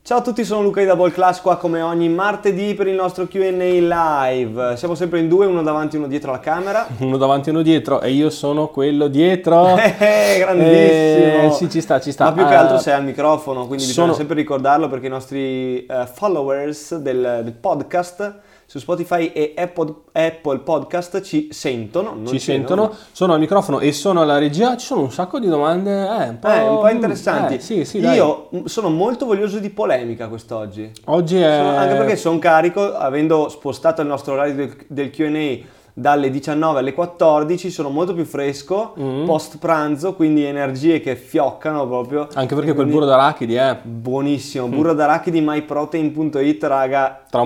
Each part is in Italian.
Ciao a tutti, sono Luca di Double Class qua come ogni martedì per il nostro Q&A live. Siamo sempre in due, uno davanti e uno dietro la camera. Uno davanti e uno dietro e io sono quello dietro. Grandissimo! Sì, ci sta. Ma più che altro sei al microfono, quindi bisogna sempre ricordarlo perché i nostri followers del podcast su Spotify e Apple Podcast ci sentono. Ci sentono, sono al microfono e sono alla regia. Ci sono un sacco di domande un po' interessanti. Sì, dai. Io sono molto voglioso di polemica quest'oggi. Anche È... perché sono carico, avendo spostato il nostro orario del Q&A dalle 19 alle 14, sono molto più fresco, post pranzo, quindi energie che fioccano proprio. Anche perché quel burro d'arachidi è buonissimo, burro d'arachidi myprotein.it, raga, tra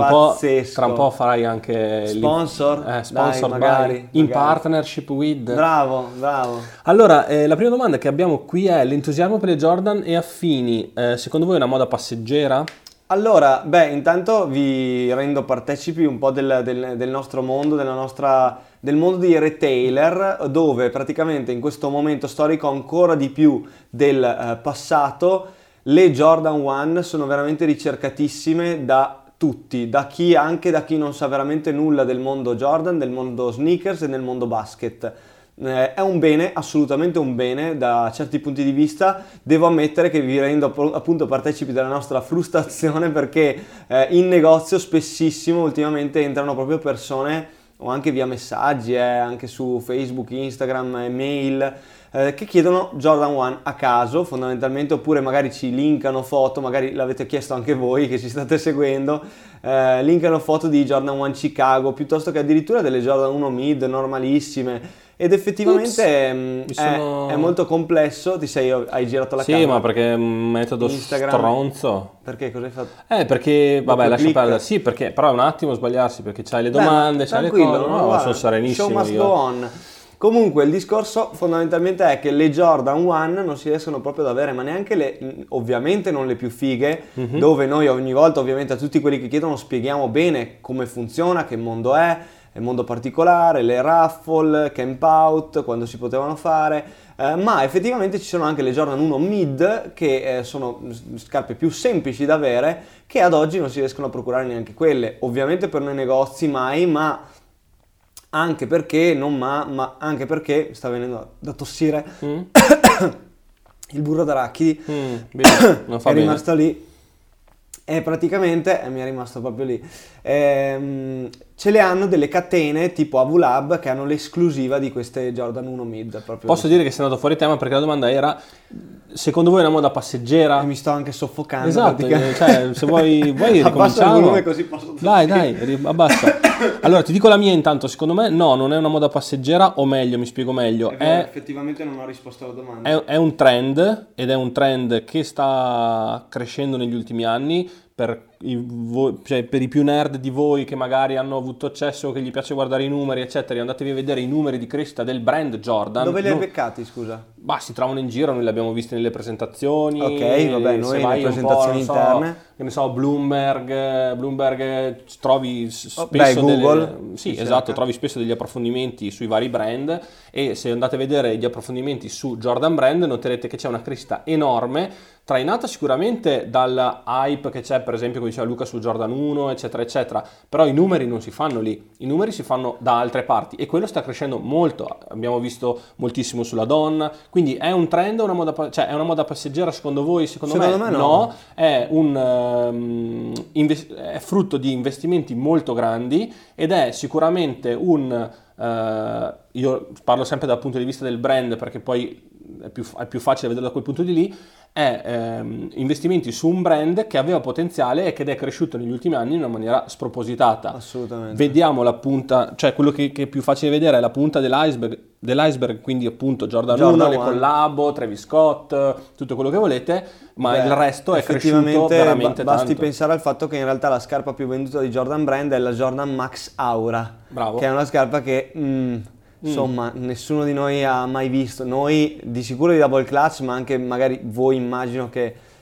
un po' farai anche sponsor, sponsor dai, magari, in partnership with. Bravo. Allora, la prima domanda che abbiamo qui è: l'entusiasmo per le Jordan e affini, secondo voi è una moda passeggera? Allora, intanto vi rendo partecipi un po' del nostro mondo, del mondo dei retailer, dove praticamente in questo momento storico ancora di più del passato, le Jordan 1 sono veramente ricercatissime da tutti, anche da chi non sa veramente nulla del mondo Jordan, del mondo sneakers e del mondo basket. È un bene, assolutamente un bene da certi punti di vista. Devo ammettere che vi rendo appunto partecipi della nostra frustrazione perché in negozio spessissimo ultimamente entrano proprio persone o anche via messaggi, anche su Facebook, Instagram, mail, che chiedono Jordan 1 a caso fondamentalmente, oppure magari ci linkano foto, magari l'avete chiesto anche voi che ci state seguendo, linkano foto di Jordan 1 Chicago piuttosto che addirittura delle Jordan 1 mid normalissime. Ed effettivamente è molto complesso. Hai girato la camera? Sì, ma perché è un metodo Instagram. Stronzo. Perché? Cosa hai fatto? Perché, vabbè, lascia perdere. Sì, perché, però è un attimo sbagliarsi, perché c'hai le domande, c'hai le cose. No, sono serenissimo. Show must go on. Comunque il discorso fondamentalmente è che le Jordan 1 non si riescono proprio ad avere, ma neanche ovviamente non le più fighe, dove noi ogni volta ovviamente a tutti quelli che chiedono spieghiamo bene come funziona, che mondo è mondo particolare, le raffle, camp out, quando si potevano fare, ma effettivamente ci sono anche le Jordan 1 mid che sono scarpe più semplici da avere, che ad oggi non si riescono a procurare neanche quelle, ovviamente per noi negozi mai, ma anche perché, anche perché sta venendo da tossire il burro d'arachidi non fa è bene. rimasto lì e praticamente mi è rimasto proprio lì. Ce le hanno delle catene tipo Avulab che hanno l'esclusiva di queste Jordan 1 mid. Posso dire che sei andato fuori tema perché la domanda era: secondo voi è una moda passeggera? E mi sto anche soffocando. Esatto, cioè, se vuoi ricominciamo. Così posso dai, abbassa. Allora ti dico la mia intanto, secondo me no, non è una moda passeggera, o meglio, mi spiego meglio. Effettivamente non ho risposto alla domanda. È un trend, ed è un trend che sta crescendo negli ultimi anni. Per i più nerd di voi che magari hanno avuto accesso, che gli piace guardare i numeri eccetera, andatevi a vedere i numeri di crescita del brand Jordan. Dove li hai beccati, scusa? Si trovano in giro, noi li abbiamo visti nelle presentazioni. Ok, vabbè, noi nelle presentazioni interne. Che ne so, Bloomberg trovi spesso Google. Esatto, trovi spesso degli approfondimenti sui vari brand, e se andate a vedere gli approfondimenti su Jordan Brand noterete che c'è una crescita enorme, trainata sicuramente dal hype che c'è, per esempio, come diceva Luca, su Jordan 1, eccetera, eccetera, però i numeri non si fanno lì, i numeri si fanno da altre parti, e quello sta crescendo molto. Abbiamo visto moltissimo sulla donna, quindi è un trend, è una moda passeggera secondo voi? Secondo me no. È frutto di investimenti molto grandi, ed è sicuramente io parlo sempre dal punto di vista del brand perché poi è più facile vederlo da quel punto di lì, investimenti su un brand che aveva potenziale e che è cresciuto negli ultimi anni in una maniera spropositata. Assolutamente. Vediamo la punta, cioè quello che è più facile vedere è la punta dell'iceberg, quindi appunto Jordan 1, le collabo, Travis Scott, tutto quello che volete, ma il resto è cresciuto veramente basti tanto. pensare al fatto che in realtà la scarpa più venduta di Jordan Brand è la Jordan Max Aura. Bravo. Che è una scarpa che insomma nessuno di noi ha mai visto, noi di sicuro di Double Clutch, ma anche magari voi immagino che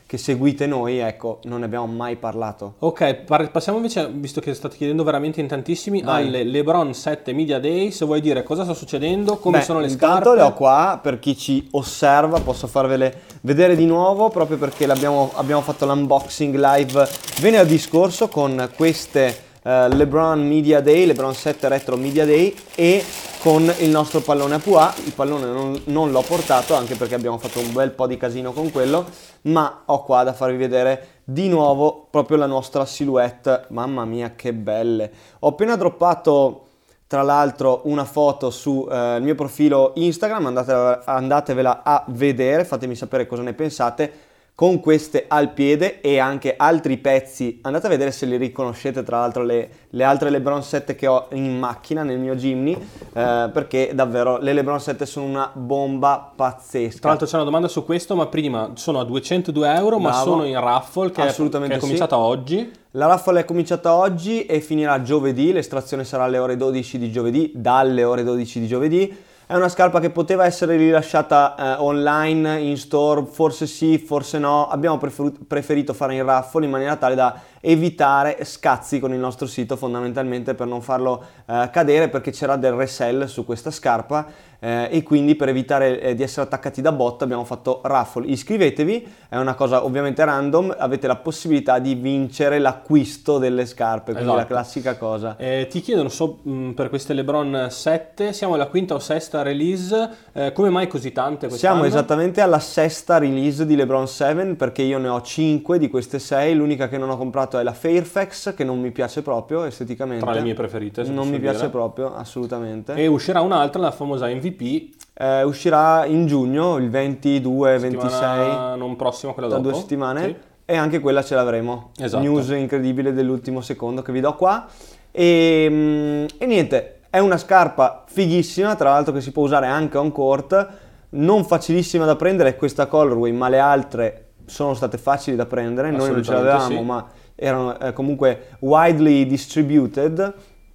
che seguite noi, ecco, non ne abbiamo mai parlato. Ok, passiamo invece, visto che state chiedendo veramente in tantissimi, alle LeBron 7 Media Day. Se vuoi dire cosa sta succedendo, come sono le intanto scarpe. le ho qua, per chi ci osserva posso farvele vedere di nuovo, proprio perché abbiamo fatto l'unboxing live venerdì scorso con queste LeBron Media Day, LeBron 7 Retro Media Day, e con il nostro pallone a Pua. Il pallone non l'ho portato, anche perché abbiamo fatto un bel po' di casino con quello, ma ho qua da farvi vedere di nuovo proprio la nostra silhouette. Mamma mia che belle! Ho appena droppato tra l'altro una foto sul mio profilo Instagram, andatevela a vedere, fatemi sapere cosa ne pensate, con queste al piede e anche altri pezzi. Andate a vedere se li riconoscete, tra l'altro le altre LeBron 7 che ho in macchina nel mio Jimny, perché davvero le LeBron 7 sono una bomba pazzesca. Tra l'altro c'è una domanda su questo, ma prima sono a 202 euro, ma sono in raffle, che è cominciata oggi. La raffle è cominciata oggi e finirà giovedì, l'estrazione sarà alle ore 12 di giovedì, dalle ore 12 di giovedì. È una scarpa che poteva essere rilasciata online, in store, forse sì, forse no. Abbiamo preferito fare in raffle in maniera tale da evitare scazzi con il nostro sito, fondamentalmente per non farlo cadere, perché c'era del resell su questa scarpa e quindi per evitare di essere attaccati da bot abbiamo fatto raffle. Iscrivetevi, è una cosa ovviamente random, avete la possibilità di vincere l'acquisto delle scarpe, quindi la classica cosa. Ti chiedono per queste LeBron 7, siamo alla quinta o sesta release, come mai così tante quest'anno? Siamo esattamente alla sesta release di LeBron 7, perché io ne ho 5 di queste 6, l'unica che non ho comprato è la Fairfax, che non mi piace proprio esteticamente. Tra le mie preferite, non mi piace proprio, assolutamente. E uscirà un'altra, la famosa MVP. Uscirà in giugno, il 22-26. Non prossima, quella tra dopo. 2 settimane. Sì. E anche quella ce l'avremo. Esatto. News incredibile dell'ultimo secondo che vi do qua. E niente, è una scarpa fighissima, tra l'altro che si può usare anche on court. Non facilissima da prendere questa colorway, ma le altre sono state facili da prendere. Noi non ce l'avevamo, sì, ma erano comunque widely distributed.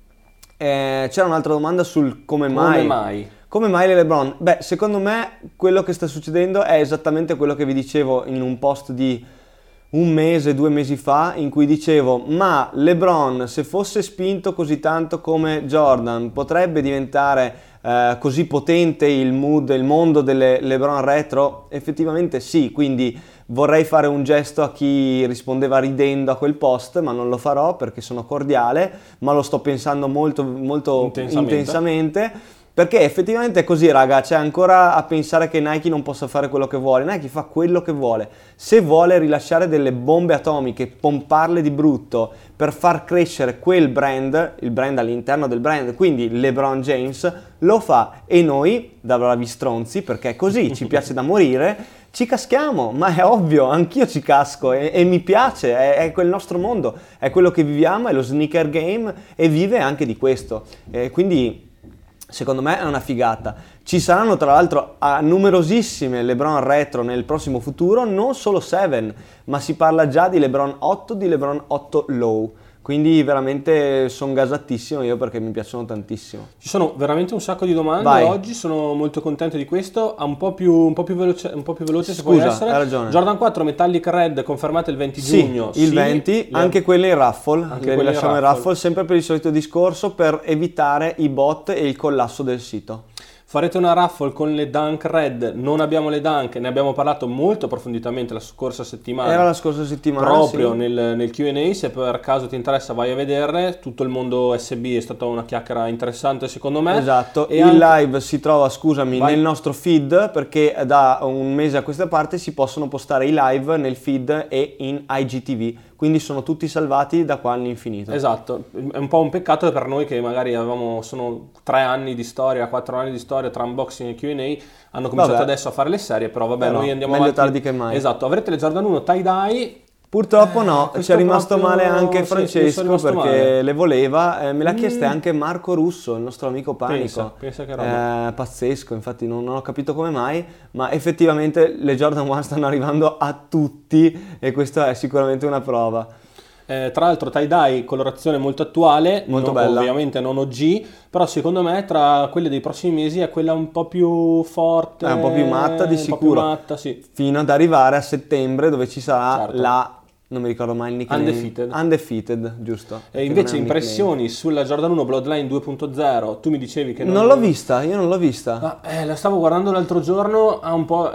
C'era un'altra domanda sul come mai. Come mai le LeBron? Beh, secondo me quello che sta succedendo è esattamente quello che vi dicevo in un post di 1 mese, 2 mesi fa, in cui dicevo: ma LeBron, se fosse spinto così tanto come Jordan, potrebbe diventare così potente il mondo delle LeBron retro? Effettivamente sì, quindi vorrei fare un gesto a chi rispondeva ridendo a quel post, ma non lo farò perché sono cordiale, ma lo sto pensando molto, molto intensamente. Perché effettivamente è così, raga, c'è ancora a pensare che Nike non possa fare quello che vuole. Nike fa quello che vuole. Se vuole rilasciare delle bombe atomiche, pomparle di brutto per far crescere quel brand, il brand all'interno del brand, quindi LeBron James, lo fa. E noi, da bravi stronzi, perché è così, ci piace da morire, ci caschiamo, ma è ovvio, anch'io ci casco e mi piace, è quel nostro mondo, è quello che viviamo, è lo sneaker game e vive anche di questo. Quindi secondo me è una figata. Ci saranno tra l'altro numerosissime LeBron retro nel prossimo futuro, non solo 7, ma si parla già di LeBron 8, di LeBron 8 Low. Quindi veramente sono gasatissimo io perché mi piacciono tantissimo. Ci sono veramente un sacco di domande oggi, sono molto contento di questo. Un po' più veloce Scusa, se può essere. Hai ragione. Jordan 4 Metallic Red confermate il 20 giugno. Il 20, anche quelle in raffle, le rilasciamo in raffle, sempre per il solito discorso, per evitare i bot e il collasso del sito. Farete una raffle con le Dunk Red, non abbiamo le Dunk, ne abbiamo parlato molto approfonditamente la scorsa settimana. Era la scorsa settimana, proprio sì. nel Q&A, se per caso ti interessa vai a vederle, tutto il mondo SB è stata una chiacchiera interessante secondo me. Esatto, e il live si trova, scusami, nel nostro feed, perché da un mese a questa parte si possono postare i live nel feed e in IGTV. Quindi sono tutti salvati da qua all'infinito. Esatto, è un po' un peccato per noi che magari sono 3 anni di storia, 4 anni di storia tra unboxing e Q&A, hanno cominciato adesso a fare le serie, però vabbè, noi andiamo meglio avanti. Tardi che mai. Esatto, avrete le Jordan 1 tie-dye. Purtroppo no, ci è rimasto male anche Francesco perché male. Le voleva, me l'ha chiesta anche Marco Russo, il nostro amico Panico. Pensa che roba. Pazzesco, infatti non ho capito come mai, ma effettivamente le Jordan 1 stanno arrivando a tutti e questa è sicuramente una prova. Tra l'altro tie-dye, colorazione molto attuale, Molto bella. ovviamente non OG, però secondo me tra quelle dei prossimi mesi è quella un po' più forte, È un po' più matta di un po' sicuro. più matta, sì. Fino ad arrivare a settembre, dove ci sarà Certo. non mi ricordo mai il nickname. Undefeated. Undefeated, giusto. E Che invece non è un impressioni sulla Jordan 1 Bloodline 2.0, tu mi dicevi che nickname. Non l'ho vista, io non l'ho vista. La stavo guardando l'altro giorno, ha un po'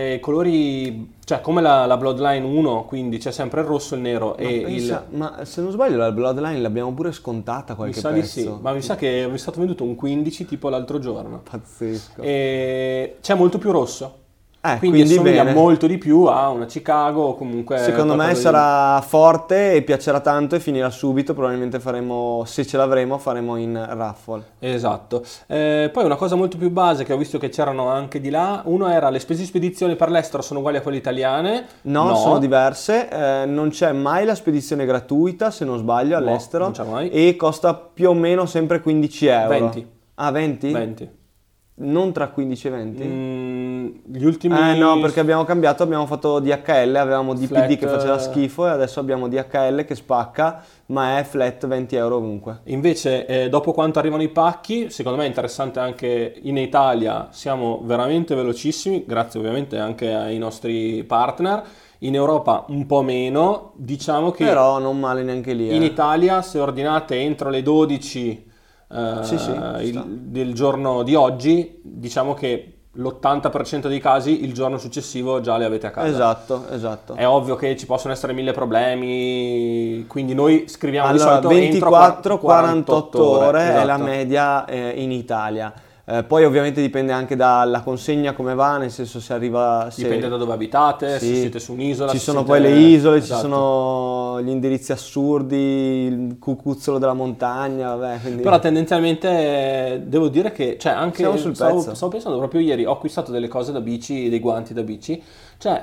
colori, cioè come la Bloodline 1, quindi c'è sempre il rosso e il nero Ma se non sbaglio la Bloodline l'abbiamo pure scontata mi qualche sa pezzo. di sì, ma mi sa che mi è stato venduto un 15 tipo l'altro giorno. Pazzesco. E c'è molto più rosso. Quindi quindi assomiglia bene. molto di più a una Chicago o comunque Secondo me qualcosa sarà forte e piacerà tanto e finirà subito. Probabilmente faremo, se ce l'avremo, faremo in raffle. Esatto. Poi una cosa molto più base che ho visto che c'erano anche di là, uno era le spese di spedizione per l'estero sono uguali a quelle italiane? No, sono diverse. Non c'è mai la spedizione gratuita, se non sbaglio, all'estero. non c'è mai. E costa più o meno sempre 15 euro. 20. Ah, 20? 20. Non tra 15 e 20? Gli ultimi... No, perché abbiamo cambiato, abbiamo fatto DHL, avevamo DPD Flat, che faceva schifo e adesso abbiamo DHL che spacca, ma è flat 20 euro ovunque. Invece, dopo quanto arrivano i pacchi, secondo me è interessante anche in Italia, siamo veramente velocissimi, grazie ovviamente anche ai nostri partner. In Europa un po' meno, diciamo che Però non male neanche lì. in Italia se ordinate entro le 12 Sì, sta. del giorno di oggi, diciamo che l'80% dei casi il giorno successivo già le avete a casa. Esatto. È ovvio che ci possono essere 1000 problemi, quindi noi scriviamo di Allora, solito entro 24-48 ore è la esatto. media in Italia. Poi ovviamente dipende anche dalla consegna come va, nel senso se arriva... Dipende da dove abitate, Sì. se siete su un'isola. Ci se sono siete- poi le isole, Esatto. ci sono gli indirizzi assurdi, il cucuzzolo della montagna, vabbè, quindi... Però tendenzialmente devo dire che, cioè anche Siamo sul pezzo. stavo pensando proprio ieri, ho acquistato delle cose da bici, dei guanti da bici, cioè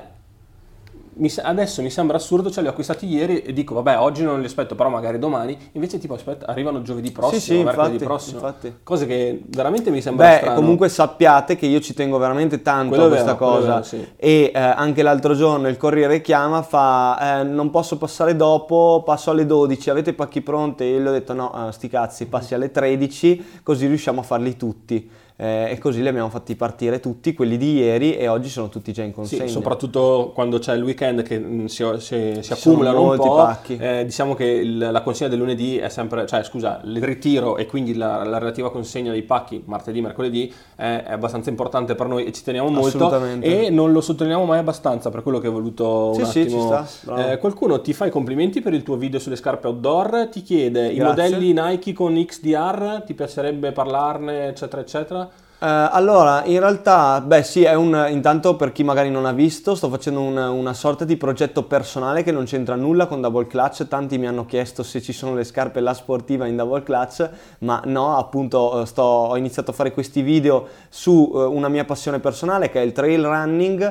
adesso mi sembra assurdo, cioè li ho acquistati ieri e dico vabbè oggi non li aspetto però magari domani, invece tipo aspetta, arrivano giovedì prossimo, Sì, mercoledì prossimo, infatti. cose che veramente mi sembra strano. Comunque sappiate che io ci tengo veramente tanto Quello a è questa vero, quello è cosa vero, sì. e anche l'altro giorno il corriere chiama, fa non posso passare dopo, passo alle 12, avete pacchi pronti? E io gli ho detto no, sti cazzi, passi alle 13 così riusciamo a farli tutti. E così li abbiamo fatti partire tutti, quelli di ieri, e oggi sono tutti già in consegna. Sì, soprattutto quando c'è il weekend che si sono accumulano un molti po', pacchi. diciamo che la consegna del lunedì è sempre, cioè scusa, il ritiro e quindi la relativa consegna dei pacchi martedì, mercoledì è abbastanza importante per noi e ci teniamo molto Assolutamente. e non lo sottolineiamo mai abbastanza, per quello che ho voluto un Sì, attimo. ci sta, bravo. Qualcuno ti fa i complimenti per il tuo video sulle scarpe outdoor, ti chiede i Grazie. modelli Nike con XDR, ti piacerebbe parlarne, eccetera, eccetera. Allora, in realtà, sì, intanto per chi magari non ha visto, sto facendo una sorta di progetto personale che non c'entra nulla con Double Clutch. Tanti mi hanno chiesto se ci sono le scarpe La Sportiva in Double Clutch, ma no, appunto ho iniziato a fare questi video su una mia passione personale che è il trail running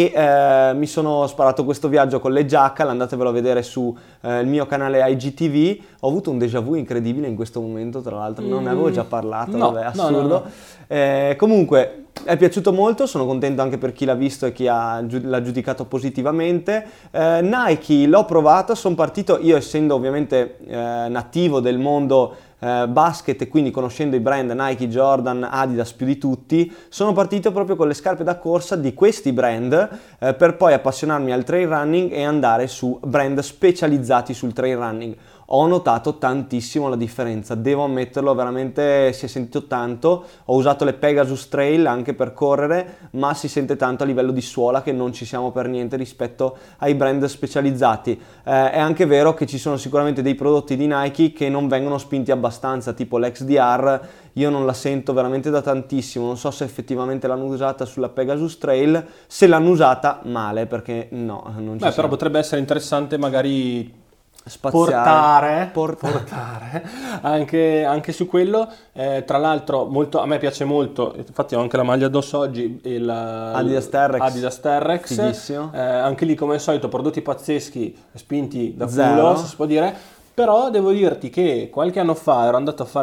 e mi sono sparato questo viaggio con le Jackal, andatevelo a vedere su il mio canale IGTV. Ho avuto un déjà vu incredibile in questo momento, tra l'altro, non ne avevo già parlato, No, vabbè, no, assurdo. no. Comunque è piaciuto molto, sono contento anche per chi l'ha visto e chi l'ha giudicato positivamente. Nike l'ho provato, sono partito io essendo ovviamente nativo del mondo basket e quindi conoscendo i brand Nike, Jordan, Adidas più di tutti, sono partito proprio con le scarpe da corsa di questi brand per poi appassionarmi al trail running e andare su brand specializzati sul trail running. Ho notato tantissimo la differenza, devo ammetterlo, veramente si è sentito tanto. Ho usato le Pegasus Trail anche per correre, ma si sente tanto a livello di suola che non ci siamo per niente rispetto ai brand specializzati. È anche vero che ci sono sicuramente dei prodotti di Nike che non vengono spinti abbastanza, tipo l'XDR, io non la sento veramente da tantissimo, non so se effettivamente l'hanno usata sulla Pegasus Trail, se l'hanno usata male, perché no, non ci Beh, però siamo. potrebbe essere interessante magari Spaziare. portare anche su quello. Tra l'altro a me piace molto, infatti ho anche la maglia addosso oggi, Adidas Terrex. Fighissimo. Anche lì come al solito prodotti pazzeschi spinti da Zero. culo, se si può dire. Però devo dirti che qualche anno fa ero andato a fare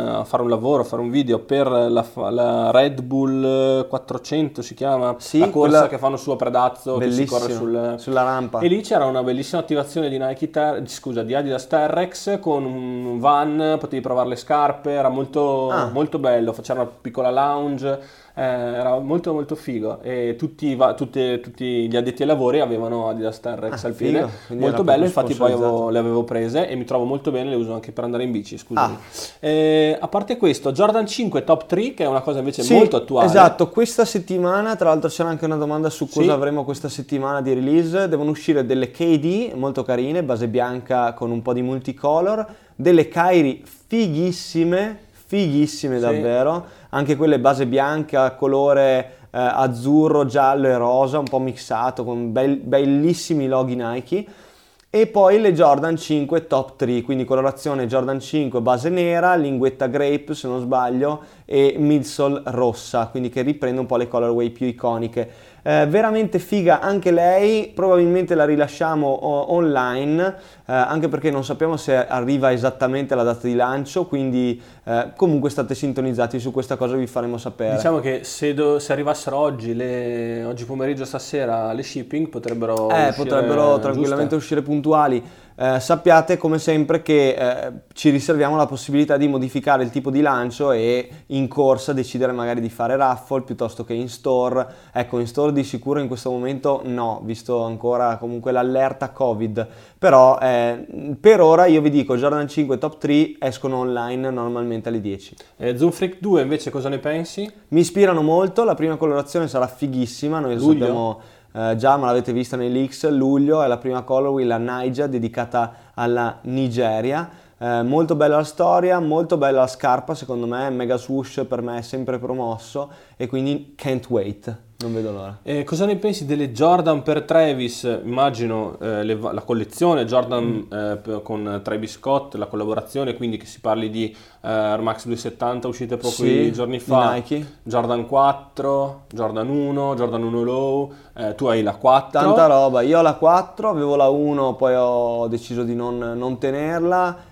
a fare un video per la Red Bull 400 si chiama, Sì, la corsa quella che fanno su a Predazzo, che si corre sulla rampa. e lì c'era una bellissima attivazione di di Adidas Terrex con un van, potevi provare le scarpe, era molto bello, faceva una piccola lounge, era molto molto figo e tutti gli addetti ai lavori avevano Adidas Terrex al piede, Figo, quindi molto era bello, proprio infatti poi sponsorizzato. le avevo prese e mi trovo molto bene, le uso anche per andare in bici, scusami. A parte questo, Jordan 5 Top 3, che è una cosa invece Sì, molto attuale. esatto, questa settimana, tra l'altro c'era anche una domanda su cosa Sì. avremo questa settimana di release, devono uscire delle KD molto carine, base bianca con un po' di multicolor, delle Kyrie fighissime Sì. davvero, anche quelle base bianca, colore azzurro, giallo e rosa, un po' mixato con bellissimi loghi Nike. E poi le Jordan 5 Top 3, quindi colorazione Jordan 5 base nera, linguetta grape se non sbaglio e midsole rossa, quindi che riprende un po' le colorway più iconiche. Veramente figa anche lei, probabilmente la rilasciamo online, anche perché non sappiamo se arriva esattamente alla data di lancio, quindi comunque state sintonizzati su questa cosa, vi faremo sapere. Diciamo che se arrivassero oggi pomeriggio, stasera, le shipping potrebbero tranquillamente uscire puntuali. Sappiate come sempre che ci riserviamo la possibilità di modificare il tipo di lancio e in corsa decidere magari di fare raffle piuttosto che in store. Ecco, in store di sicuro in questo momento no, visto ancora comunque l'allerta Covid, però per ora io vi dico Jordan 5 Top 3 escono online normalmente alle 10. Zoom Freak 2 invece cosa ne pensi? Mi ispirano molto, la prima colorazione sarà fighissima, noi lo Luglio? sappiamo già, ma l'avete vista nei leaks, luglio è la prima colorway, la Niger, dedicata alla Nigeria. Molto bella la storia, molto bella la scarpa, secondo me, mega swoosh per me è sempre promosso e quindi can't wait, non vedo l'ora. Cosa ne pensi delle Jordan per Travis? Immagino la collezione Jordan con Travis Scott, la collaborazione, quindi che si parli di Air Max 270 uscite pochi giorni fa, di Nike. Jordan 4, Jordan 1, Jordan 1 Low, tu hai la 4. Tanta roba, io ho la 4, avevo la 1, poi ho deciso di non tenerla.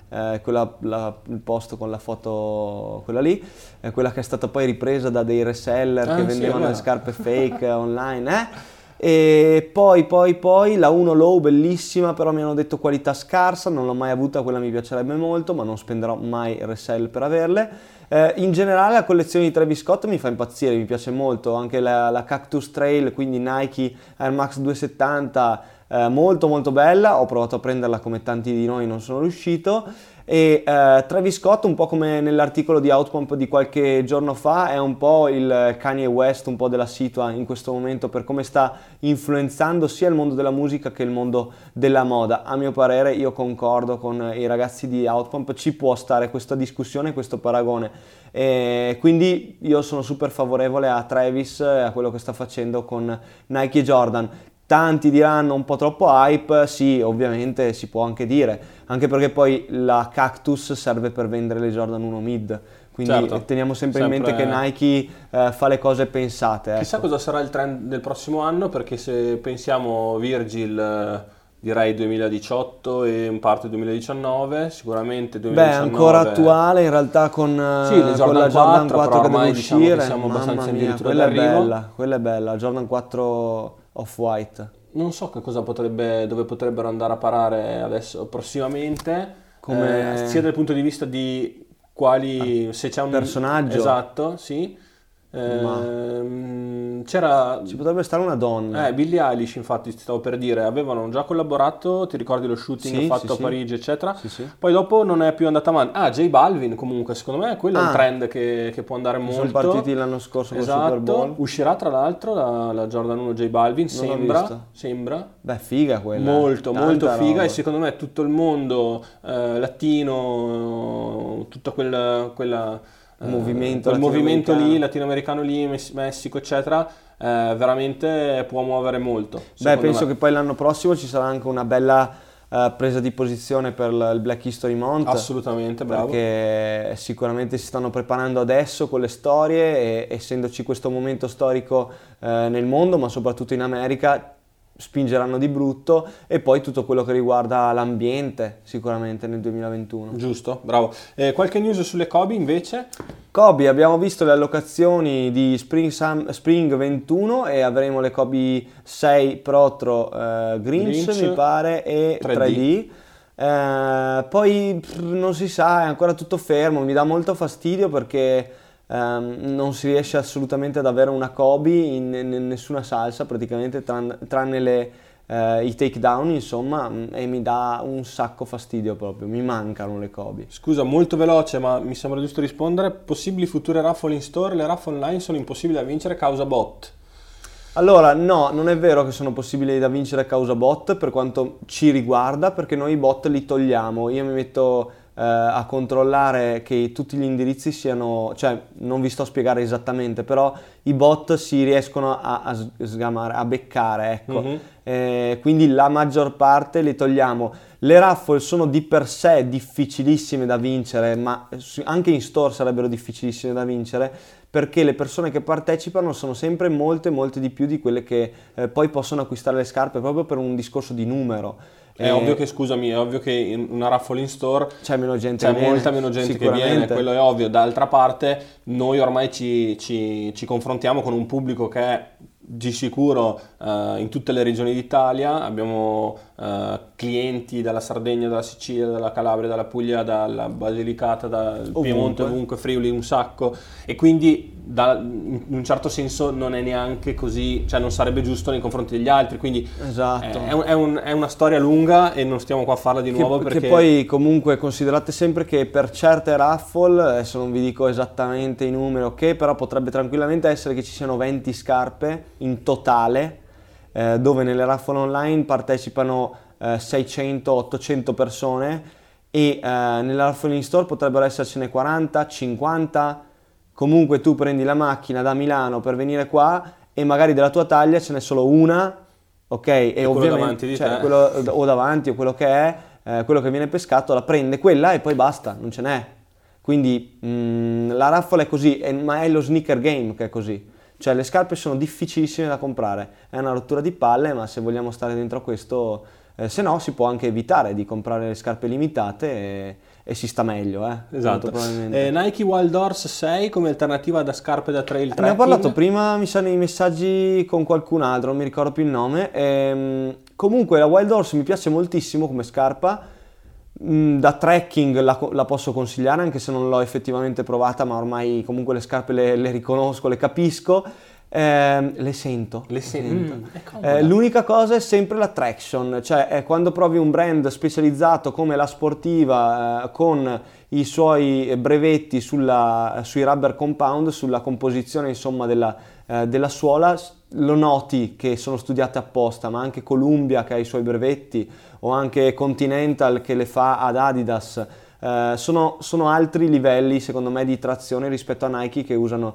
Il post con la foto, quella lì, quella che è stata poi ripresa da dei reseller che vendevano le scarpe fake online, E poi la 1 Low bellissima, però mi hanno detto qualità scarsa, non l'ho mai avuta, quella mi piacerebbe molto, ma non spenderò mai resell per averle. In generale la collezione di Travis Scott mi fa impazzire, mi piace molto, anche la Cactus Trail, quindi Nike Air Max 270, molto molto bella, ho provato a prenderla come tanti di noi, non sono riuscito. E Travis Scott, un po' come nell'articolo di Outpump di qualche giorno fa, è un po' il Kanye West un po' della situa in questo momento, per come sta influenzando sia il mondo della musica che il mondo della moda. A mio parere, io concordo con i ragazzi di Outpump, ci può stare questa discussione, questo paragone, e quindi io sono super favorevole a Travis e a quello che sta facendo con Nike e Jordan. Tanti diranno un po' troppo hype, sì, ovviamente si può anche dire, anche perché poi la Cactus serve per vendere le Jordan 1 Mid, quindi teniamo sempre in mente che Nike fa le cose pensate. Chissà ecco. cosa sarà il trend del prossimo anno, perché se pensiamo Virgil, direi 2018 e in parte 2019, sicuramente 2019. Beh, ancora attuale in realtà con la Jordan 4 che deve uscire, diciamo che siamo abbastanza addirittura d'arrivo. Quella è bella, Jordan 4 Off-White. Non so che cosa dove potrebbero andare a parare adesso prossimamente, sia dal punto di vista di se c'è un personaggio. Esatto, sì. Ci potrebbe stare una donna. Billie Eilish, infatti, stavo per dire, avevano già collaborato, ti ricordi lo shooting fatto a Parigi, eccetera. Sì. Poi dopo non è più andata avanti. J Balvin, comunque, secondo me quello è un trend che può andare molto. Sono partiti l'anno scorso con il Super Bowl. Uscirà tra l'altro la Jordan 1 J Balvin, sembra. Beh, figa quella. Molto figa, roba. e secondo me tutto il mondo latino, tutta quel movimento lì, latinoamericano lì, Messico, eccetera, veramente può muovere molto. Penso che poi l'anno prossimo ci sarà anche una bella presa di posizione per il Black History Month. Assolutamente, bravo. Perché sicuramente si stanno preparando adesso con le storie e essendoci questo momento storico nel mondo, ma soprattutto in America, spingeranno di brutto, e poi tutto quello che riguarda l'ambiente sicuramente nel 2021. Giusto, bravo. Qualche news sulle Kobe invece? Kobe, abbiamo visto le allocazioni di Spring 21 e avremo le Kobe 6 Protro Grinch mi pare, e 3D. Poi non si sa, è ancora tutto fermo, mi dà molto fastidio perché non si riesce assolutamente ad avere una Kobe in nessuna salsa praticamente, tranne i takedown, insomma, e mi dà un sacco fastidio proprio, mi mancano le Kobe. Scusa, molto veloce, ma mi sembra giusto rispondere. Possibili future raffle in store, le raffle online sono impossibili da vincere causa bot. Allora, no, non è vero che sono possibili da vincere causa bot per quanto ci riguarda, perché noi i bot li togliamo. Io mi metto a controllare che tutti gli indirizzi siano, cioè non vi sto a spiegare esattamente, però i bot si riescono a sgamare, a beccare, ecco. Quindi la maggior parte li togliamo. Le raffle sono di per sé difficilissime da vincere, ma anche in store sarebbero difficilissime da vincere, perché le persone che partecipano sono sempre molte di più di quelle che poi possono acquistare le scarpe, proprio per un discorso di numero. È ovvio che, scusami, è ovvio che in una raffle in store c'è meno gente, c'è molta meno gente che viene, quello è ovvio. D'altra parte noi ormai ci confrontiamo con un pubblico che è di sicuro in tutte le regioni d'Italia, abbiamo clienti dalla Sardegna, dalla Sicilia, dalla Calabria, dalla Puglia, dalla Basilicata, dal Piemonte, ovunque, Friuli, un sacco, e quindi in un certo senso non è neanche così, cioè non sarebbe giusto nei confronti degli altri, quindi esatto. È una storia lunga e non stiamo qua a farla di nuovo perché... Che poi comunque considerate sempre che per certe raffle, adesso non vi dico esattamente i numeri, ok, però potrebbe tranquillamente essere che ci siano 20 scarpe in totale, dove nelle raffle online partecipano 600-800 persone, e nella raffle in store potrebbero essercene 40, 50. Comunque tu prendi la macchina da Milano per venire qua e magari della tua taglia ce n'è solo una, ok? E ovviamente quello o davanti o quello che è, quello che viene pescato la prende quella e poi basta, non ce n'è. Quindi la raffle è così, ma è lo sneaker game che è così. Cioè le scarpe sono difficilissime da comprare, è una rottura di palle, ma se vogliamo stare dentro a questo, se no si può anche evitare di comprare le scarpe limitate e si sta meglio, esatto. Nike Wild Horse 6 come alternativa da scarpe da trail trekking. Ne ho parlato prima, mi sa nei messaggi con qualcun altro, non mi ricordo più il nome. Comunque la Wild Horse mi piace moltissimo come scarpa, da trekking la posso consigliare anche se non l'ho effettivamente provata, ma ormai comunque le scarpe le riconosco, le capisco. Le sento. L'unica cosa è sempre la traction, cioè quando provi un brand specializzato come la Sportiva con i suoi brevetti sui rubber compound, sulla composizione insomma della suola, lo noti che sono studiate apposta, ma anche Columbia che ha i suoi brevetti, o anche Continental che le fa ad Adidas. Sono altri livelli secondo me di trazione rispetto a Nike, che usano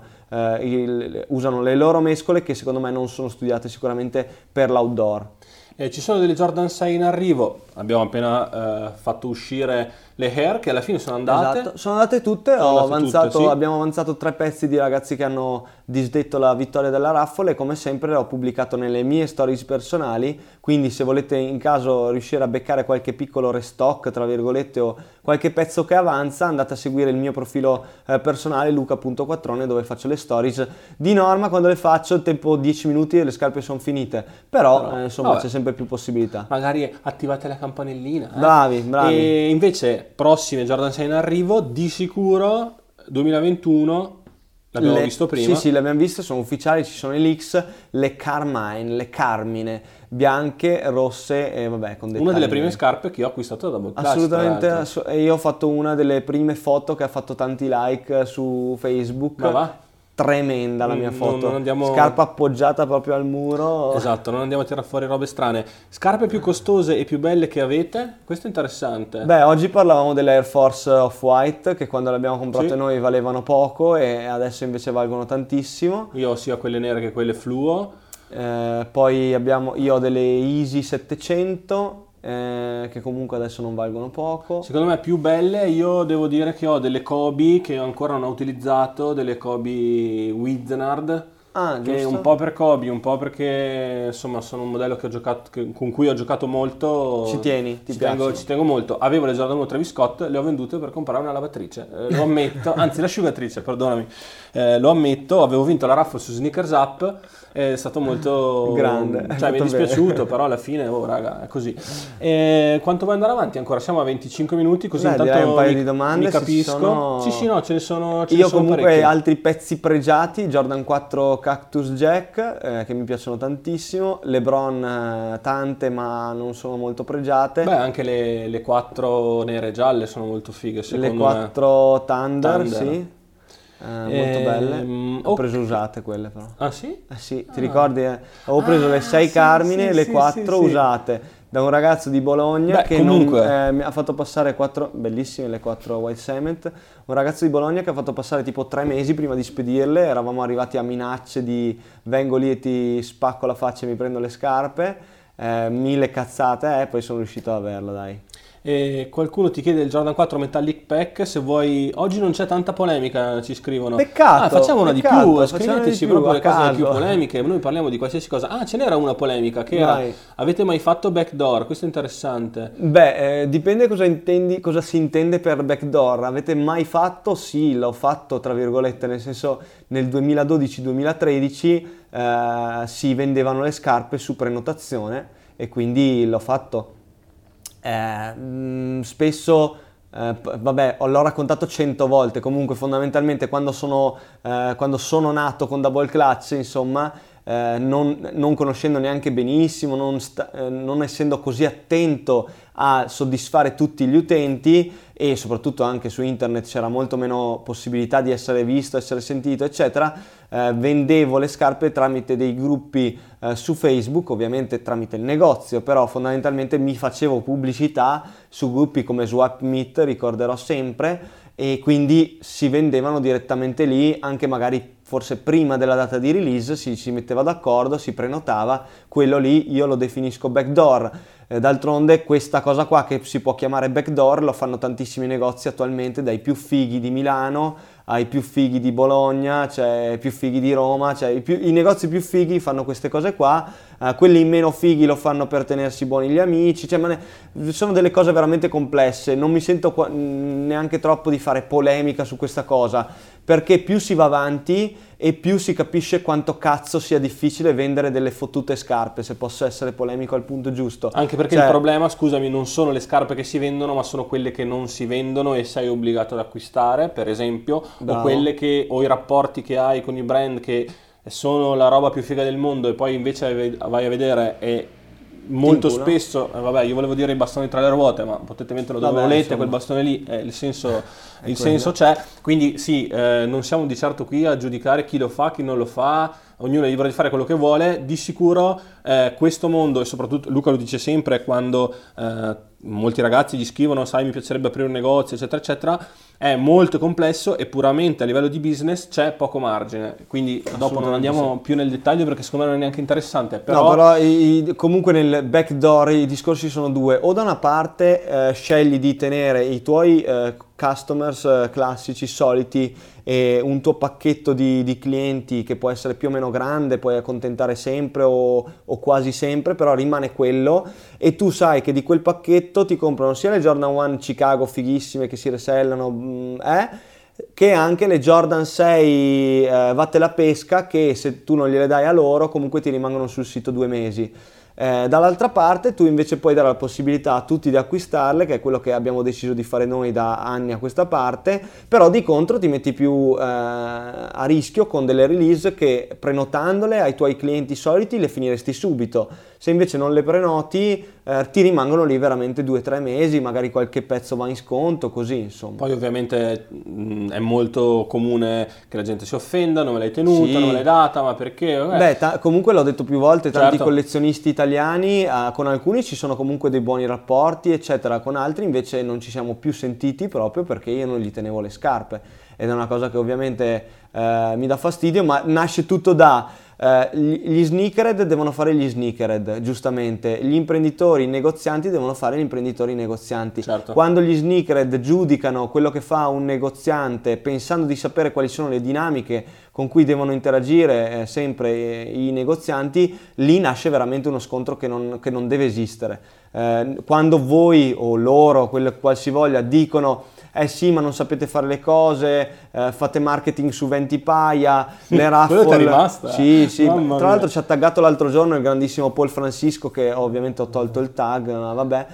le loro mescole che secondo me non sono studiate sicuramente per l'outdoor. Ci sono delle Jordan 6 in arrivo, abbiamo appena fatto uscire le Air che alla fine sono andate. Esatto, sono andate tutte, abbiamo avanzato 3 pezzi di ragazzi che hanno disdetto la vittoria della raffle, e come sempre l'ho pubblicato nelle mie stories personali, quindi se volete in caso riuscire a beccare qualche piccolo restock tra virgolette o qualche pezzo che avanza, andate a seguire il mio profilo personale luca.quattrone, dove faccio le stories. Di norma quando le faccio il tempo 10 minuti e le scarpe sono finite, però insomma c'è sempre più possibilità. Magari attivate la campanellina. Bravi. E invece prossime Jordan 6 in arrivo, di sicuro 2021, l'abbiamo visto prima. Sì, le abbiamo viste, sono ufficiali, ci sono le X, le Carmine, le Carmine, bianche, rosse e vabbè con dettagli. Una delle prime scarpe che ho acquistato da Double Clutch. Assolutamente, io ho fatto una delle prime foto che ha fatto tanti like su Facebook. Ma va? Tremenda la mia foto, scarpa appoggiata proprio al muro. Esatto, non andiamo a tirare fuori robe strane. Scarpe più costose e più belle che avete? Questo è interessante. Beh, oggi parlavamo delle Air Force Off-White, che quando le abbiamo comprate noi valevano poco e adesso invece valgono tantissimo. Io ho sia quelle nere che quelle fluo. Poi io ho delle Easy 700 che comunque adesso non valgono poco. Secondo me più belle, io devo dire che ho delle Kobe che ancora non ho utilizzato, delle Kobe Wiznard, che giusto. un po' per Kobe, un po' perché insomma sono un modello che ho giocato, con cui ho giocato molto. Ci tieni, ti ci tengo molto. Avevo le Jordan 1 Travis Scott, le ho vendute per comprare una lavatrice, lo ammetto, anzi l'asciugatrice, perdonami, lo ammetto, avevo vinto la raffle su Sneakers Up, è stato molto grande, cioè mi è dispiaciuto, però alla fine, oh raga, è così. Quanto vuoi andare avanti? Ancora siamo a 25 minuti, così Direi intanto un paio di domande, mi capisco. Sì, no, ce ne sono comunque parecchie. altri pezzi pregiati, Jordan 4 Cactus Jack, che mi piacciono tantissimo, LeBron tante ma non sono molto pregiate. Beh, anche le 4 nere e gialle sono molto fighe, secondo le 4 Thunder, Thunder. Sì, molto belle. Ho preso usate quelle però. Ah sì? Sì, ti ricordi? Avevo preso le 6 Carmine e le 4 usate da un ragazzo di Bologna. Beh, che comunque mi ha fatto passare 4, bellissime le 4 White Cement, un ragazzo di Bologna che ha fatto passare tipo 3 mesi prima di spedirle. Eravamo arrivati a minacce di vengo lì e ti spacco la faccia e mi prendo le scarpe, 1000 cazzate, poi sono riuscito ad averla, dai. E qualcuno ti chiede il Jordan 4 Metallic Pack, se vuoi. Oggi non c'è tanta polemica, ci scrivono. Peccato. Facciamo una di più, scriveteci proprio le cose caso. più polemiche, noi parliamo di qualsiasi cosa. Ce n'era una polemica che era: avete mai fatto backdoor? Questo è interessante. Beh, dipende cosa si intende per backdoor. Avete mai fatto? Sì, l'ho fatto tra virgolette, nel senso nel 2012-2013 si vendevano le scarpe su prenotazione e quindi l'ho fatto. Spesso l'ho raccontato 100 volte. Comunque fondamentalmente quando sono nato con Double Clutch, insomma, non conoscendo neanche benissimo, non essendo così attento a soddisfare tutti gli utenti, e soprattutto anche su internet c'era molto meno possibilità di essere visto, essere sentito, eccetera, vendevo le scarpe tramite dei gruppi su Facebook, ovviamente tramite il negozio, però fondamentalmente mi facevo pubblicità su gruppi come Swap Meet, ricorderò sempre, e quindi si vendevano direttamente lì, anche magari forse prima della data di release si metteva d'accordo, si prenotava. Quello lì io lo definisco backdoor. D'altronde questa cosa qua, che si può chiamare backdoor, lo fanno tantissimi negozi attualmente, dai più fighi di Milano ai più fighi di Bologna, cioè più fighi di Roma, cioè i negozi più fighi fanno queste cose qua, quelli meno fighi lo fanno per tenersi buoni gli amici, cioè, sono delle cose veramente complesse. Non mi sento neanche troppo di fare polemica su questa cosa, perché più si va avanti e più si capisce quanto cazzo sia difficile vendere delle fottute scarpe, se posso essere polemico al punto giusto. Anche perché il problema, scusami, non sono le scarpe che si vendono, ma sono quelle che non si vendono e sei obbligato ad acquistare, per esempio. Bravo. O quelle o i rapporti che hai con i brand che sono la roba più figa del mondo e poi invece vai a vedere e molto spesso, io volevo dire i bastoni tra le ruote, ma potete metterlo dove volete, quel bastone lì, il senso c'è. Quindi sì, non siamo di certo qui a giudicare chi lo fa, chi non lo fa, ognuno è libero di fare quello che vuole. Di sicuro questo mondo, e soprattutto Luca lo dice sempre quando molti ragazzi gli scrivono, sai, mi piacerebbe aprire un negozio, eccetera eccetera, è molto complesso e puramente a livello di business c'è poco margine, quindi dopo non andiamo più nel dettaglio perché secondo me non è neanche interessante. Però comunque nel backdoor i discorsi sono due: o da una parte scegli di tenere i tuoi customers classici, soliti, e un tuo pacchetto di clienti che può essere più o meno grande, puoi accontentare sempre o quasi sempre, però rimane quello, e tu sai che di quel pacchetto ti comprano sia le Jordan 1 Chicago fighissime che si resellano, che anche le Jordan 6 vatte la pesca, che se tu non gliele dai a loro comunque ti rimangono sul sito 2 mesi. Dall'altra parte tu invece puoi dare la possibilità a tutti di acquistarle, che è quello che abbiamo deciso di fare noi da anni a questa parte, però di contro ti metti più a rischio con delle release che, prenotandole ai tuoi clienti soliti, le finiresti subito. Se invece non le prenoti ti rimangono lì veramente 2-3 mesi, magari qualche pezzo va in sconto, così insomma. Poi ovviamente è molto comune che la gente si offenda, non me l'hai tenuta, non me l'hai data, ma perché? Comunque l'ho detto più volte, tanti certo. collezionisti italiani, con alcuni ci sono comunque dei buoni rapporti eccetera, con altri invece non ci siamo più sentiti proprio perché io non gli tenevo le scarpe. ed è una cosa che ovviamente mi dà fastidio, ma nasce tutto da gli sneakerhead devono fare gli sneakerhead, giustamente, gli imprenditori, i negozianti devono fare gli imprenditori, i negozianti. Certo. Quando gli sneakerhead giudicano quello che fa un negoziante pensando di sapere quali sono le dinamiche con cui devono interagire sempre i negozianti, lì nasce veramente uno scontro che non deve esistere. Quando voi o loro, qualsivoglia, dicono sì, ma non sapete fare le cose, fate marketing su 20 paia, le raffle. Quello ti è rimasta? Sì, sì. Mamma Tra l'altro mia. ci ha taggato l'altro giorno il grandissimo Paul Francisco, che ovviamente ho tolto il tag, ma vabbè.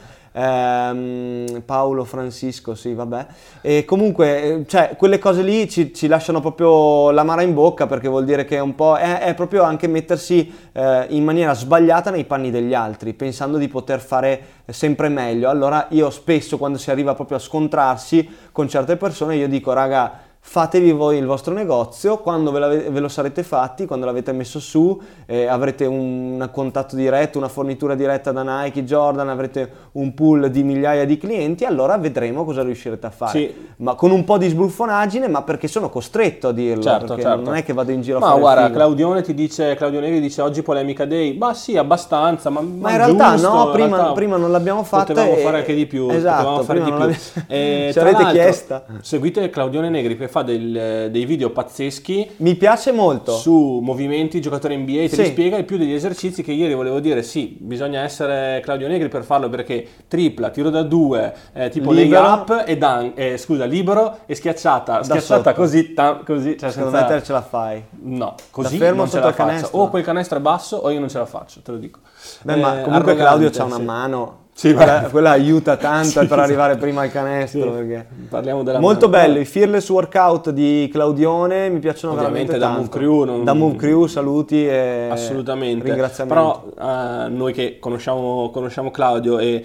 Paolo Francisco, sì, vabbè. E comunque, cioè, quelle cose lì ci lasciano proprio l'amara in bocca, perché vuol dire che è proprio anche mettersi in maniera sbagliata nei panni degli altri, pensando di poter fare sempre meglio. Allora io spesso, quando si arriva proprio a scontrarsi con certe persone, io dico: raga, fatevi voi il vostro negozio, quando ve lo sarete fatti, quando l'avete messo su, avrete un contatto diretto, una fornitura diretta da Nike, Jordan, avrete un pool di migliaia di clienti, allora vedremo cosa riuscirete a fare. Sì. Ma con un po' di sbluffonaggine, ma perché sono costretto a dirlo, Certo, perché certo. non è che vado in giro a Ma fare guarda, il figo. Claudio Negri dice oggi polemica day. Ma sì, abbastanza, ma Ma in realtà giusto, no, in prima, realtà prima non l'abbiamo fatta. potevamo fare anche di più. Esatto, potevamo fare prima di non più. ci Tra avete l'altro, chiesta. seguite Claudione Negri che fa dei video pazzeschi Mi piace molto. su movimenti, giocatori NBA, te Sì. li spiega, e più degli esercizi che ieri volevo dire, sì, bisogna essere Claudio Negri per farlo, perché tripla, tiro da due, tipo Libero. layup e libero e schiacciata sotto. così, così, cioè Secondo senza... me te ce la fai. No, così Da fermo non ce sotto la il faccio. canestro. O quel canestro è basso o io non ce la faccio, te lo dico. Beh, ma comunque Arrogante, Claudio c'ha una sì. mano. Sì, quella aiuta tanto Sì, per sì. arrivare prima al canestro. Sì. Perché... Parliamo della Molto mano. bello, i fearless workout di Claudione mi piacciono Ovviamente veramente da tanto. Move Crew, Da Move Crew, saluti e assolutamente. ringraziamenti. Però noi che conosciamo Claudio e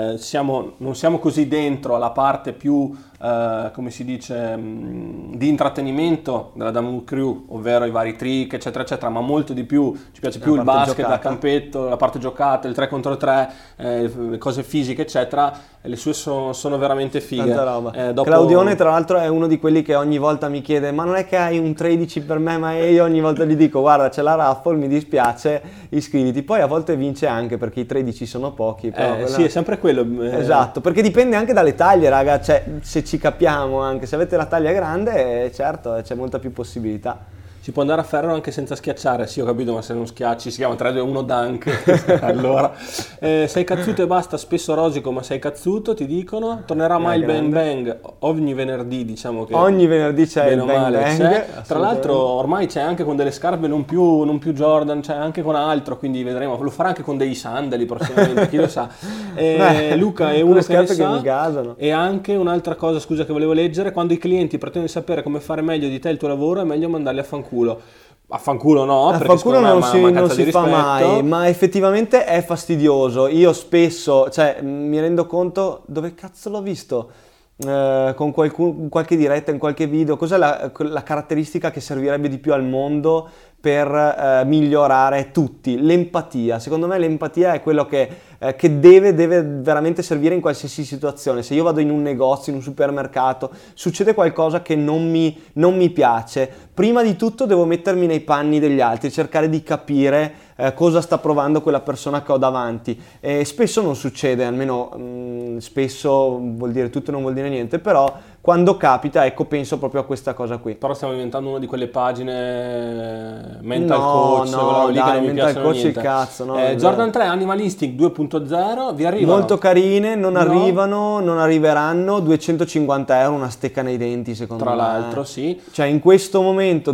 non siamo così dentro alla parte più come si dice di intrattenimento della Move Crew, ovvero i vari trick eccetera eccetera, ma molto di più ci piace più il parte basket da giocata. campetto, la parte giocata, il 3 contro 3, le cose fisiche eccetera, e le sue sono veramente fighe. Tanta roba. Dopo... Claudione tra l'altro è uno di quelli che ogni volta mi chiede: ma non è che hai un 13 per me? Ma io ogni volta gli dico: guarda, c'è la raffle, mi dispiace, iscriviti. Poi a volte vince anche, perché i 13 sono pochi, però sì, è sempre quello. Esatto, perché dipende anche dalle taglie, raga, cioè, se ci capiamo, anche se avete la taglia grande, certo, c'è molta più possibilità. Si può andare a ferro anche senza schiacciare, sì ho capito, ma se non schiacci si chiama 3-2-1 dunk. Allora, sei cazzuto e basta, spesso rosico ma sei cazzuto, ti dicono. Tornerà mai il bang bang ogni venerdì, diciamo che ogni venerdì c'è il bang bang. C'è. Tra l'altro ormai c'è anche con delle scarpe non più Jordan, c'è anche con altro, quindi vedremo, lo farà anche con dei sandali prossimamente, chi lo sa. Luca è uno che ne sa. Mi gasano. E anche un'altra cosa, scusa, che volevo leggere: quando i clienti pretendono sapere come fare meglio di te il tuo lavoro, è meglio mandarli a fanculo. A fanculo no, perché fanculo non si fa rispetto. mai, ma effettivamente è fastidioso. Io spesso, cioè, mi rendo conto, dove cazzo l'ho visto? Con qualche diretta, in qualche video, cos'è la caratteristica che servirebbe di più al mondo per migliorare tutti? L'empatia. Secondo me l'empatia è quello che deve veramente servire in qualsiasi situazione. Se io vado in un negozio, in un supermercato, succede qualcosa che non mi piace, prima di tutto devo mettermi nei panni degli altri, cercare di capire cosa sta provando quella persona che ho davanti. E spesso non succede, almeno spesso vuol dire tutto e non vuol dire niente, però quando capita, ecco, penso proprio a questa cosa qui. Però stiamo diventando una di quelle pagine mental No, coach, no, lì che dai, non mi mental piacciono coach niente. il cazzo, no, Jordan 3 Animal Instinct 2.0 vi arrivano? Molto carine, non No. arrivano, non arriveranno, 250 euro, una stecca nei denti secondo Tra me. l'altro sì. Cioè in questo momento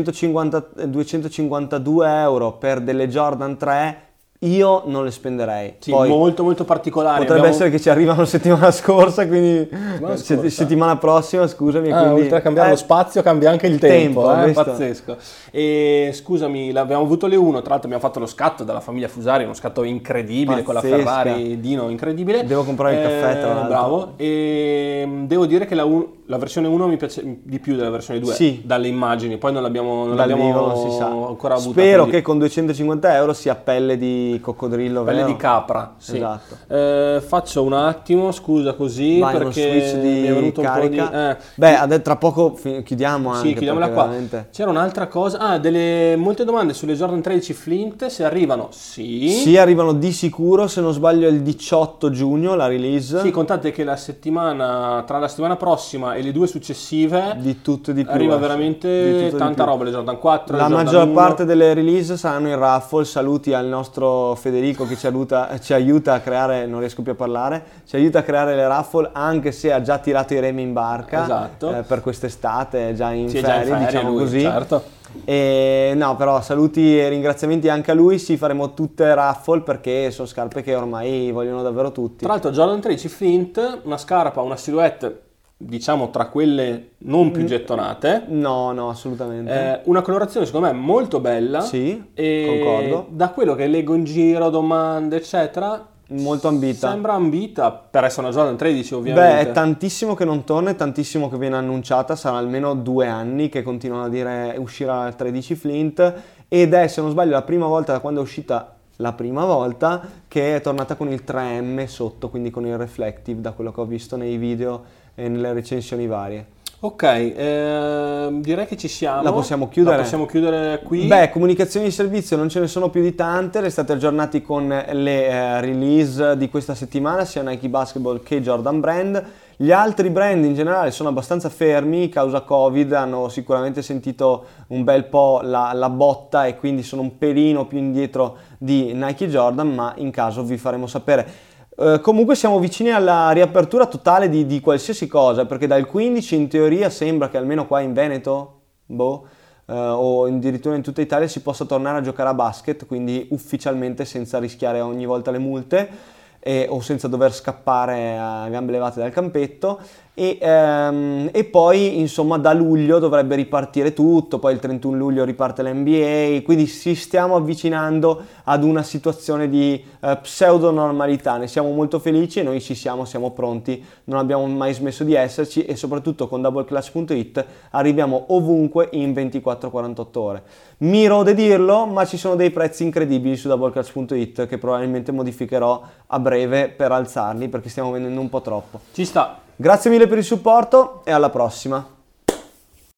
252 euro per delle Jordan 3 io non le spenderei. Sì, Poi molto molto particolari. potrebbe essere che ci arrivano settimana scorsa, quindi scorsa? settimana prossima, scusami. Ah, quindi, oltre a cambiare lo spazio cambia anche il tempo, questo. pazzesco. E scusami, abbiamo avuto le 1, tra l'altro abbiamo fatto lo scatto dalla famiglia Fusari, uno scatto incredibile con la Pazzesca. Ferrari Dino, incredibile. Devo comprare il caffè, tra l'altro. Bravo, e devo dire che la 1 La versione 1 mi piace di più della versione 2, sì, dalle immagini, poi non l'abbiamo non si sa. ancora avuta. Spero quindi... che con 250 euro sia pelle di coccodrillo, pelle vero? di capra, sì. Esatto. Faccio un attimo, scusa così, Vai, perché uno switch di mi è venuto carica. un po' di... Beh, tra poco chiudiamo anche. Sì, chiudiamola qua. Veramente... C'era un'altra cosa, molte domande sulle Jordan 13 Flint, se arrivano, sì. Sì, arrivano di sicuro, se non sbaglio il 18 giugno la release. Sì, contate che tra la settimana prossima e le 2 successive di tutto e di più, arriva veramente tanta roba, le Jordan 4, la le Jordan maggior 1. parte delle release saranno in raffle. Saluti al nostro Federico che ci aiuta a creare, non riesco più a parlare, ci aiuta a creare le raffle, anche se ha già tirato i remi in barca. Esatto. Per quest'estate, già in sì, ferie, già in ferie diciamo lui, così. Certo. E no, però saluti e ringraziamenti anche a lui. Sì, faremo tutte raffle perché sono scarpe che ormai vogliono davvero tutti. Tra l'altro Jordan 13 Flint, una scarpa, una silhouette, diciamo tra quelle non più gettonate. No, assolutamente. Una colorazione secondo me molto bella. Sì, e concordo. Da quello che leggo in giro, domande eccetera, molto ambita. Sembra ambita per essere una Jordan 13 ovviamente. Beh, è tantissimo che non torna, è tantissimo che viene annunciata, sarà almeno 2 anni che continuano a dire uscirà la 13 Flint, ed è, se non sbaglio, la prima volta da quando è uscita la prima volta che è tornata con il 3M sotto, quindi con il reflective, da quello che ho visto nei video e nelle recensioni varie. Ok, direi che ci siamo. La possiamo chiudere? La possiamo chiudere qui. Beh, comunicazioni di servizio non ce ne sono più di tante, restate aggiornati con le release di questa settimana, sia Nike Basketball che Jordan Brand. Gli altri brand in generale sono abbastanza fermi, causa Covid, hanno sicuramente sentito un bel po' la botta e quindi sono un pelino più indietro di Nike Jordan, ma in caso vi faremo sapere. Comunque siamo vicini alla riapertura totale di qualsiasi cosa, perché dal 15 in teoria sembra che almeno qua in Veneto, o addirittura in tutta Italia, si possa tornare a giocare a basket, quindi ufficialmente senza rischiare ogni volta le multe o senza dover scappare a gambe levate dal campetto. E poi insomma da luglio dovrebbe ripartire tutto, poi il 31 luglio riparte l'NBA, quindi ci stiamo avvicinando ad una situazione di pseudo normalità. Ne siamo molto felici e noi siamo pronti, non abbiamo mai smesso di esserci, e soprattutto con doubleclutch.it arriviamo ovunque in 24-48 ore. Mi rode dirlo, ma ci sono dei prezzi incredibili su doubleclutch.it che probabilmente modificherò a breve per alzarli, perché stiamo vendendo un po' troppo. Ci sta. Grazie mille per il supporto e alla prossima.